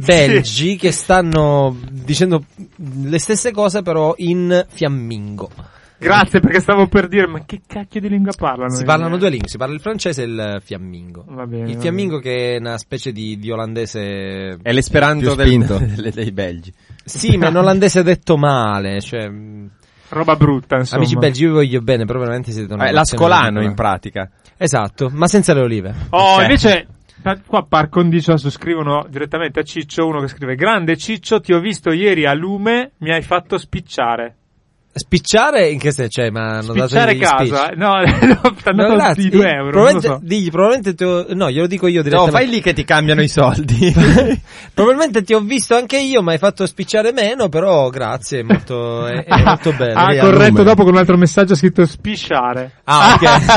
belgi che stanno dicendo le stesse cose però in fiammingo. Grazie, perché stavo per dire, ma che cacchio di lingua parlano? Si parlano due lingue, si parla il francese e il fiammingo. Va bene, il fiammingo che è una specie di olandese. È l'esperanto dei belgi. Sì, ma è un olandese detto male, cioè roba brutta, insomma. Amici belgi, io vi voglio bene, però veramente siete una l'ascolano in pratica. Esatto, ma senza le olive. Oh, okay. Invece qua par condicio scrivono direttamente a Ciccio, uno che scrive: grande Ciccio, ti ho visto ieri a Lume, mi hai fatto spicciare. Spicciare in che senso? Cioè, ma hanno spicciare dato casa? No, ti hanno dato di 2 euro. Probabilmente no, glielo dico io direttamente. No, fai lì che ti cambiano i soldi. Probabilmente ti ho visto anche io, ma hai fatto spicciare meno, però grazie, è molto bello. Ah, corretto, dopo con un altro messaggio scritto spisciare. Ah,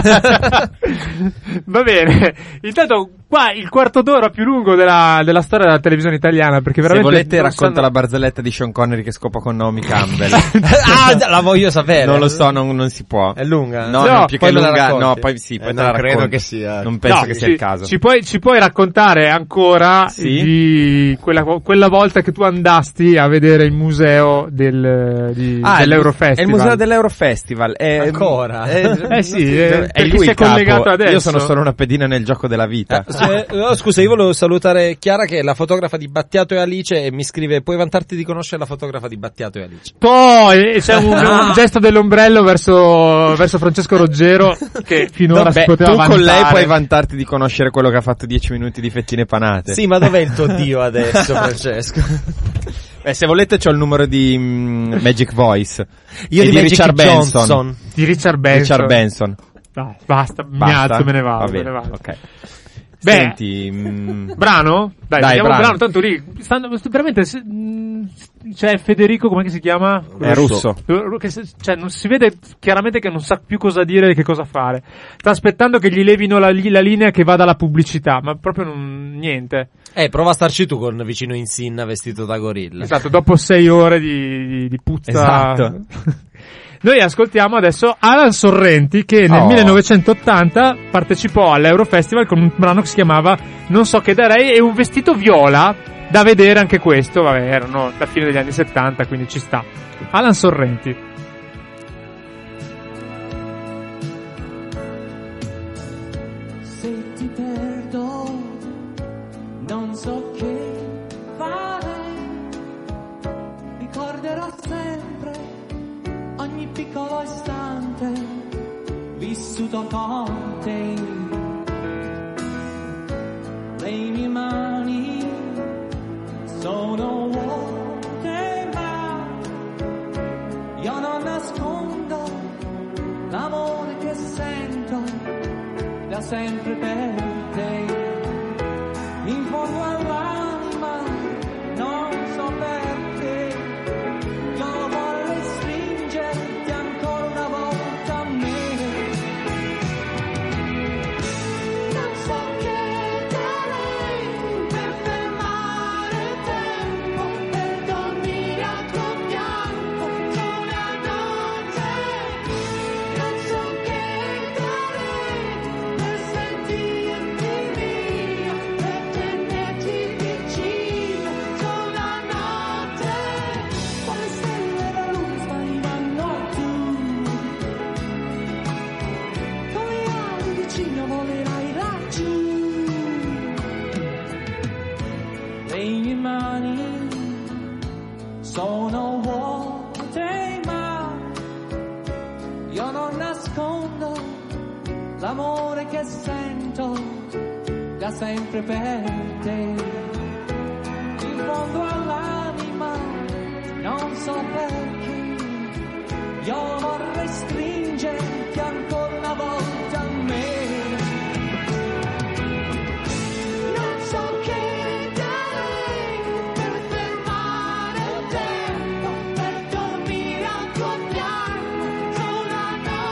ok. Va bene. Intanto qua il quarto d'ora più lungo della storia della televisione italiana, perché veramente se volete racconta la barzelletta di Sean Connery che scopa con Naomi Campbell. La voglio sapere. Non lo so, non si può. È lunga? No, più che lunga. No, poi sì, poi te la credo racconto. che sia. Non penso che sia il caso. Ci puoi raccontare ancora di quella volta che tu andasti a vedere il museo dell'Eurofestival. È il museo dell'Eurofestival. Ancora? Sì, è lui si è collegato adesso. Io sono solo una pedina nel gioco della vita. Scusa, io volevo salutare Chiara che è la fotografa di Battiato e Alice e mi scrive: puoi vantarti di conoscere la fotografa di Battiato e Alice. C'è un gesto dell'ombrello verso Francesco Roggero che finora si poteva tu vantare. Con lei puoi vantarti di conoscere quello che ha fatto 10 minuti di fettine panate. Sì, ma dov'è il tuo dio adesso, Francesco? Se volete c'ho il numero di Magic Voice. Io di Richard Benson. Di Richard Benson. Dai, basta, mi alzo, me ne vado. Va bene, ok. Beh, senti, brano? Dai, vediamo brano. Brano, tanto lì veramente c'è Federico, com'è che si chiama? È russo. Cioè non si vede chiaramente che non sa più cosa dire e che cosa fare. Sta aspettando che gli levino la linea che va dalla pubblicità, ma proprio niente. Prova a starci tu con vicino Insinna vestito da gorilla. Esatto, dopo 6 ore di puzza. Esatto. Noi ascoltiamo adesso Alan Sorrenti che nel 1980 partecipò all'Eurofestival con un brano che si chiamava Non so che darei e un vestito viola, da vedere anche questo, vabbè, erano la fine degli anni 70, quindi ci sta. Alan Sorrenti. Se ti perdo, non so che fare, ricorderò sempre ogni piccolo istante vissuto con te. Le mie mani sono vuote, ma io non nascondo l'amore che sento da sempre per te. In fondo all'anima non so perché io vorrei stringerti ancora una volta a me. Non so che darei per fermare il tempo, per dormire a tuo fianco una notte. Non so che darei per sentirti mia, per tenerti vicino una notte. Come stelle la luce sparivano tu, come ali vicino volerai laggiù. Le mie mani sono vuote, ma io non nascondo l'amore che sento da sempre per te. In fondo all'anima non so perché io vorrei stringerti ancora una volta a me. Non so che darei per fermare il tempo, per dormire al tuo fianco una notte.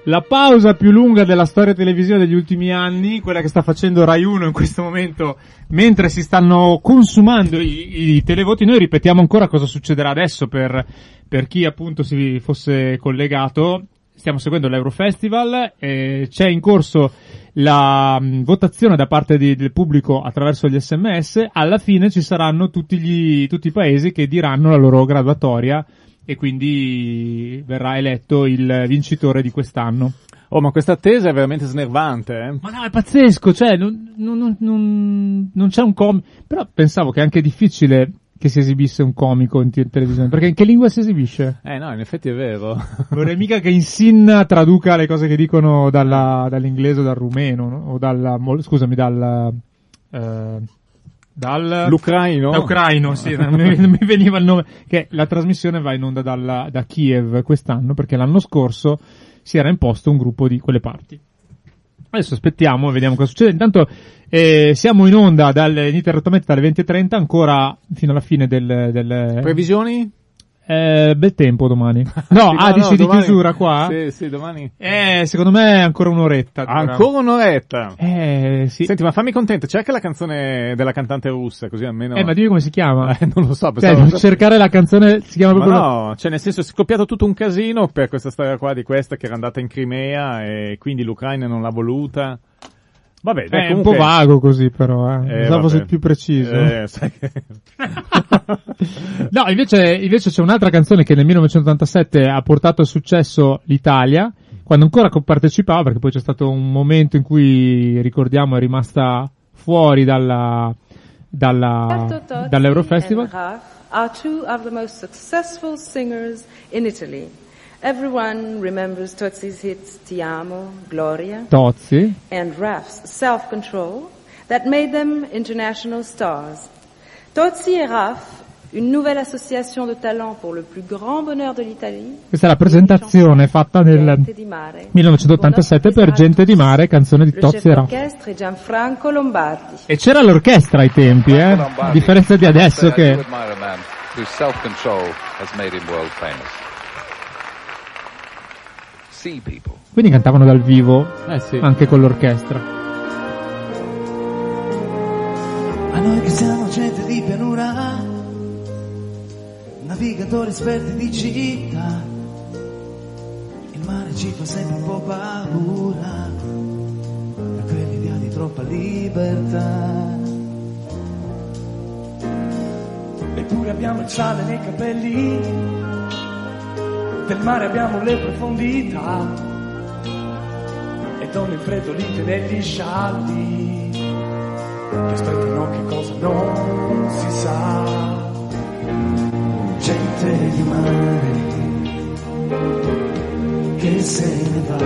la pausa più lunga della storia televisiva degli ultimi anni, quella che sta facendo Rai 1 in questo momento, mentre si stanno consumando i televoti. Noi ripetiamo ancora cosa succederà adesso per chi appunto si fosse collegato. Stiamo seguendo l'Eurofestival, c'è in corso la votazione da parte del pubblico attraverso gli SMS. Alla fine ci saranno tutti i paesi che diranno la loro graduatoria e quindi verrà eletto il vincitore di quest'anno. Oh, ma questa attesa è veramente snervante, eh? Ma no, è pazzesco, cioè non c'è un comico, però pensavo che è anche difficile che si esibisse un comico in televisione, perché in che lingua si esibisce? No, in effetti è vero. Vorrei mica che Insin traduca le cose che dicono dall'inglese o dal rumeno, no? O l'ucraino? Dall'ucraino, sì, non mi veniva il nome, che la trasmissione va in onda da Kiev quest'anno, perché l'anno scorso si era imposto un gruppo di quelle parti. Adesso aspettiamo e vediamo cosa succede. Intanto siamo in onda ininterrottamente dalle 20:30 ancora fino alla fine del Previsioni? Bel tempo domani. No, dici di chiusura qua? Sì, domani. Secondo me ancora un'oretta. Ancora un'oretta? Sì. Senti, ma fammi contento, cerca la canzone della cantante russa, così almeno... ma dimmi come si chiama? Non lo so. Cercare la canzone, si chiama proprio... No, cioè nel senso è scoppiato tutto un casino per questa storia qua di questa che era andata in Crimea e quindi l'Ucraina non l'ha voluta. Vabbè, dai, è comunque... un po' vago così però, pensavo fosse più preciso. Sai che... No, invece c'è un'altra canzone che nel 1987 ha portato al successo l'Italia, quando ancora partecipava, perché poi c'è stato un momento in cui, ricordiamo, è rimasta fuori dall'Eurofestival. Are two of the most successful singers in Italy. Everyone remembers Tozzi's hits Ti amo, Gloria, Tozzi, and Raf's Self-Control that made them international stars. Tozzi et Raf, une nouvelle association de talents pour le plus grand bonheur de l'Italie. Questa è la presentazione fatta nel 1987 per Gente di Mare, canzone di Tozzi e Raf. Gianfranco Lombardi. E c'era l'orchestra ai tempi, a differenza di adesso che... Whose self-control has made him world famous. See people. Quindi cantavano dal vivo, anche con l'orchestra. A noi che siamo gente di pianura, navigatori esperti di città, il mare ci fa sempre un po' paura, da quell'idea di troppa libertà. Eppure abbiamo il sale nei capelli, del mare abbiamo le profondità, e donne infreddolite negli scialli, che aspettano che cosa non si sa. Gente di mare che se ne va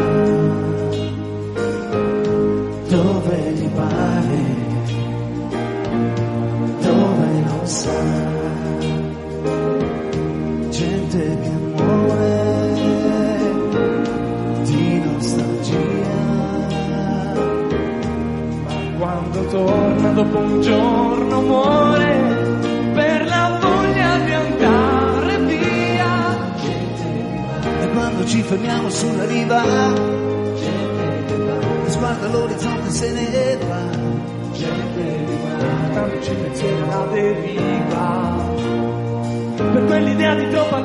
dove gli pare, dove non sa. Gente che muore di nostalgia, ma quando torna dopo un giorno muore per la voglia di andare via. E quando ci fermiamo sulla riva, sguarda l'orizzonte se ne va. Tanto ci pensiamo alla deriva, per quell'idea di troppa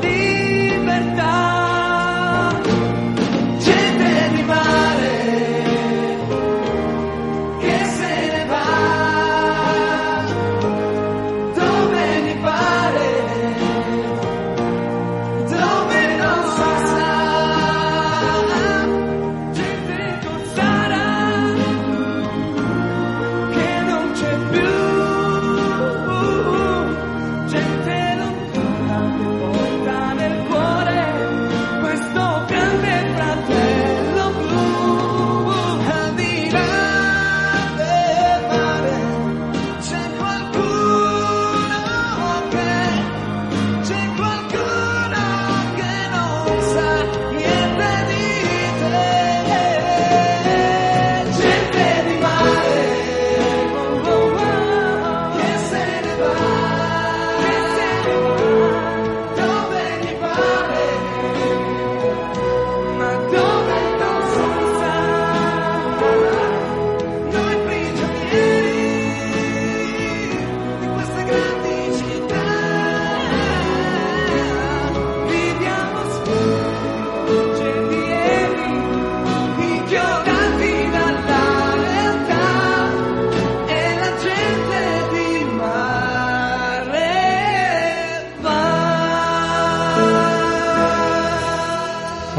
libertà. Gente di mare che se ne va dove gli pare, dove non sa. Gente con Sara che non c'è più. Gente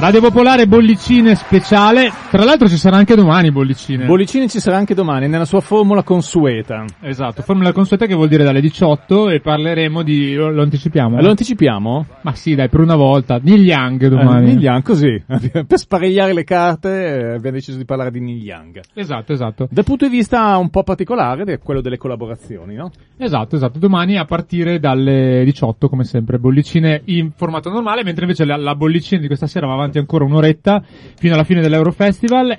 Radio Popolare bollicine speciale. Tra l'altro ci sarà anche domani bollicine. Bollicine ci sarà anche domani, nella sua formula consueta. Esatto, formula consueta che vuol dire dalle 18 e parleremo di... Lo anticipiamo? Lo anticipiamo? Ma sì, dai, per una volta. Neil Young domani. Neil Young, così. Per sparigliare le carte abbiamo deciso di parlare di Neil Young. Esatto, esatto. Dal punto di vista un po' particolare, è quello delle collaborazioni, no? Esatto, esatto. Domani a partire dalle 18, come sempre, bollicine in formato normale, mentre invece la bollicina di questa sera va avanti ancora un'oretta fino alla fine dell'Eurofestival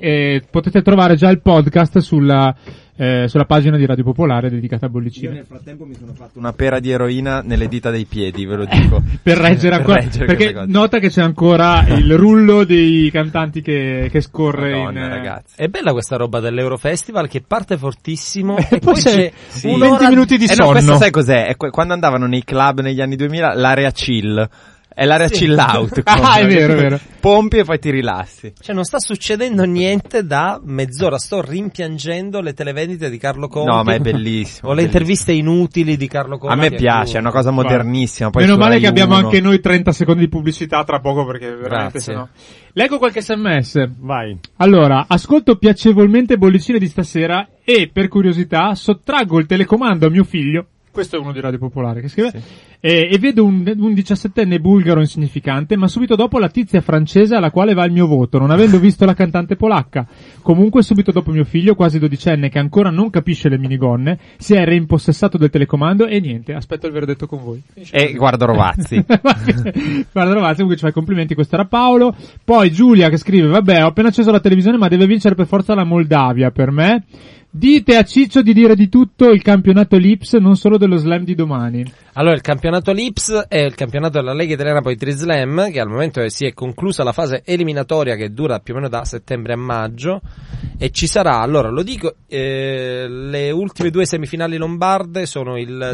e potete trovare già il podcast sulla pagina di Radio Popolare dedicata a bollicine. Io nel frattempo mi sono fatto una pera di eroina nelle dita dei piedi, ve lo dico. Per reggere ancora, perché nota che c'è ancora il rullo dei cantanti che scorre. Madonna, ragazzi. È bella questa roba dell'Eurofestival che parte fortissimo e poi c'è 20 minuti di sonno. No, questo sai cos'è? È quando andavano nei club negli anni 2000, l'area chill. È l'area chill out. È vero, è vero. Pompi e poi ti rilassi. Cioè non sta succedendo niente da mezz'ora, sto rimpiangendo le televendite di Carlo Conti. No, ma è bellissimo. O le interviste inutili di Carlo Conti. A me piace, è una cosa modernissima. Poi meno male che abbiamo anche noi 30 secondi di pubblicità tra poco perché veramente sennò. Leggo qualche sms. Vai. Allora, ascolto piacevolmente bollicine di stasera e per curiosità sottraggo il telecomando a mio figlio. Questo è uno di Radio Popolare che scrive. Sì. E vedo un 17enne bulgaro insignificante, ma subito dopo la tizia francese alla quale va il mio voto, non avendo visto la cantante polacca. Comunque subito dopo mio figlio, quasi 12enne, che ancora non capisce le minigonne, si è reimpossessato del telecomando e niente, aspetto il verdetto con voi. E guarda Rovazzi. Guarda Rovazzi, comunque ci fai complimenti, questo era Paolo. Poi Giulia che scrive, vabbè, ho appena acceso la televisione ma deve vincere per forza la Moldavia, per me. Dite a Ciccio di dire di tutto il campionato Lips, non solo dello slam di domani. Allora, il campionato Lips è il campionato della Lega Italiana Poetry Slam, che al momento si è conclusa la fase eliminatoria che dura più o meno da settembre a maggio, e ci sarà, allora lo dico, le ultime 2 semifinali lombarde sono il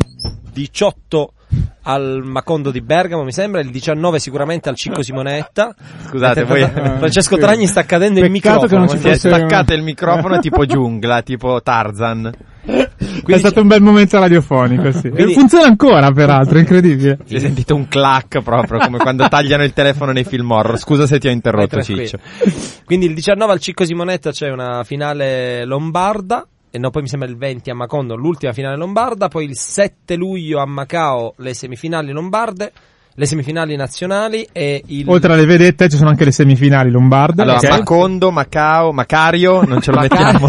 18 al Macondo di Bergamo, mi sembra, il 19 sicuramente al Cicco Simonetta. Scusate, voi Francesco Tragni sta cadendo il microfono. Che non ci fosse... Staccate il microfono tipo giungla, tipo Tarzan. Quindi è stato un bel momento radiofonico, sì. Quindi... funziona ancora, peraltro, incredibile. Si è sentito un clack proprio, come quando tagliano il telefono nei film horror. Scusa se ti ho interrotto, Ciccio. Quindi il 19 al Cicco Simonetta c'è una finale lombarda. E no, poi mi sembra il 20 a Macondo l'ultima finale lombarda, poi il 7 luglio a Macao le semifinali lombarde, le semifinali nazionali e il... Oltre alle vedette ci sono anche le semifinali lombarde. Allora, okay. Macondo, Macao, Macario, non ce lo mettiamo.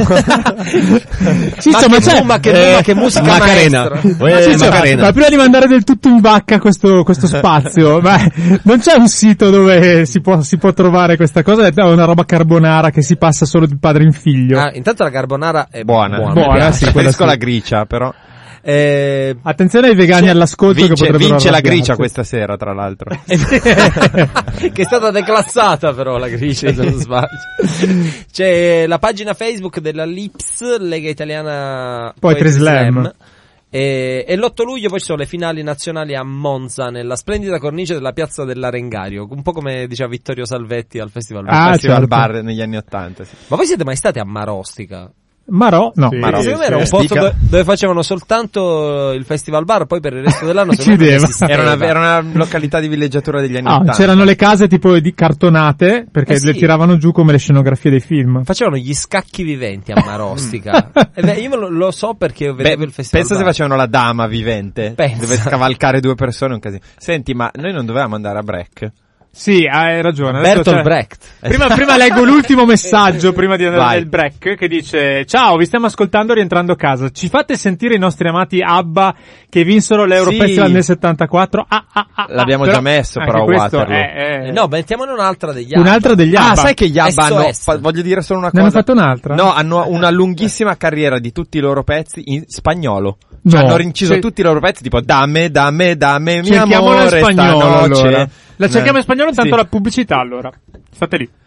Ciccio, ma c'è... che musica Macarena. Ciccio, ma prima di mandare del tutto in vacca questo spazio, non c'è un sito dove si può trovare questa cosa? È una roba carbonara che si passa solo di padre in figlio. Ah, intanto la carbonara è buona, sì, quella con la gricia, però. Attenzione ai vegani all'ascolto che vince la gricia questa sera, tra l'altro. Che è stata declassata però la gricia, se non sbaglio. C'è la pagina Facebook della Lips, Lega Italiana Poetry Slam. E l'8 luglio poi ci sono le finali nazionali a Monza, nella splendida cornice della piazza dell'Arengario, un po' come diceva Vittorio Salvetti al Festival Bar. Festival Bar negli anni '80, sì. Ma voi siete mai stati a Marostica? Marò? No. Sì, Marò. Secondo me era un posto dove facevano soltanto il Festival Bar, poi per il resto dell'anno era una località di villeggiatura degli anni '80. C'erano le case tipo di cartonate, perché le tiravano giù come le scenografie dei film. Facevano gli scacchi viventi a Marostica. Io lo so perché vedevo il Festival Pensa Bar. Se facevano la dama vivente, dove scavalcare 2 persone, un casino. Senti, ma noi non dovevamo andare a Breck? Sì, hai ragione. Bertolt Brecht. Prima leggo l'ultimo messaggio prima di andare nel break, che dice: ciao, vi stiamo ascoltando rientrando a casa. Ci fate sentire i nostri amati ABBA che vinsero l'Eurofestival nel 74? L'abbiamo già messo però Waterloo. No, mettiamone un'altra degli ABBA. Un'altra degli ABBA. Sai che gli ABBA voglio dire solo una cosa. Ne hanno fatto un'altra? No, hanno una lunghissima carriera di tutti i loro pezzi in spagnolo. Cioè, hanno rinciso tutti i loro pezzi tipo dame, mio amore, spagnolo, stanoce. allora. La cerchiamo in spagnolo, intanto la pubblicità allora. State lì.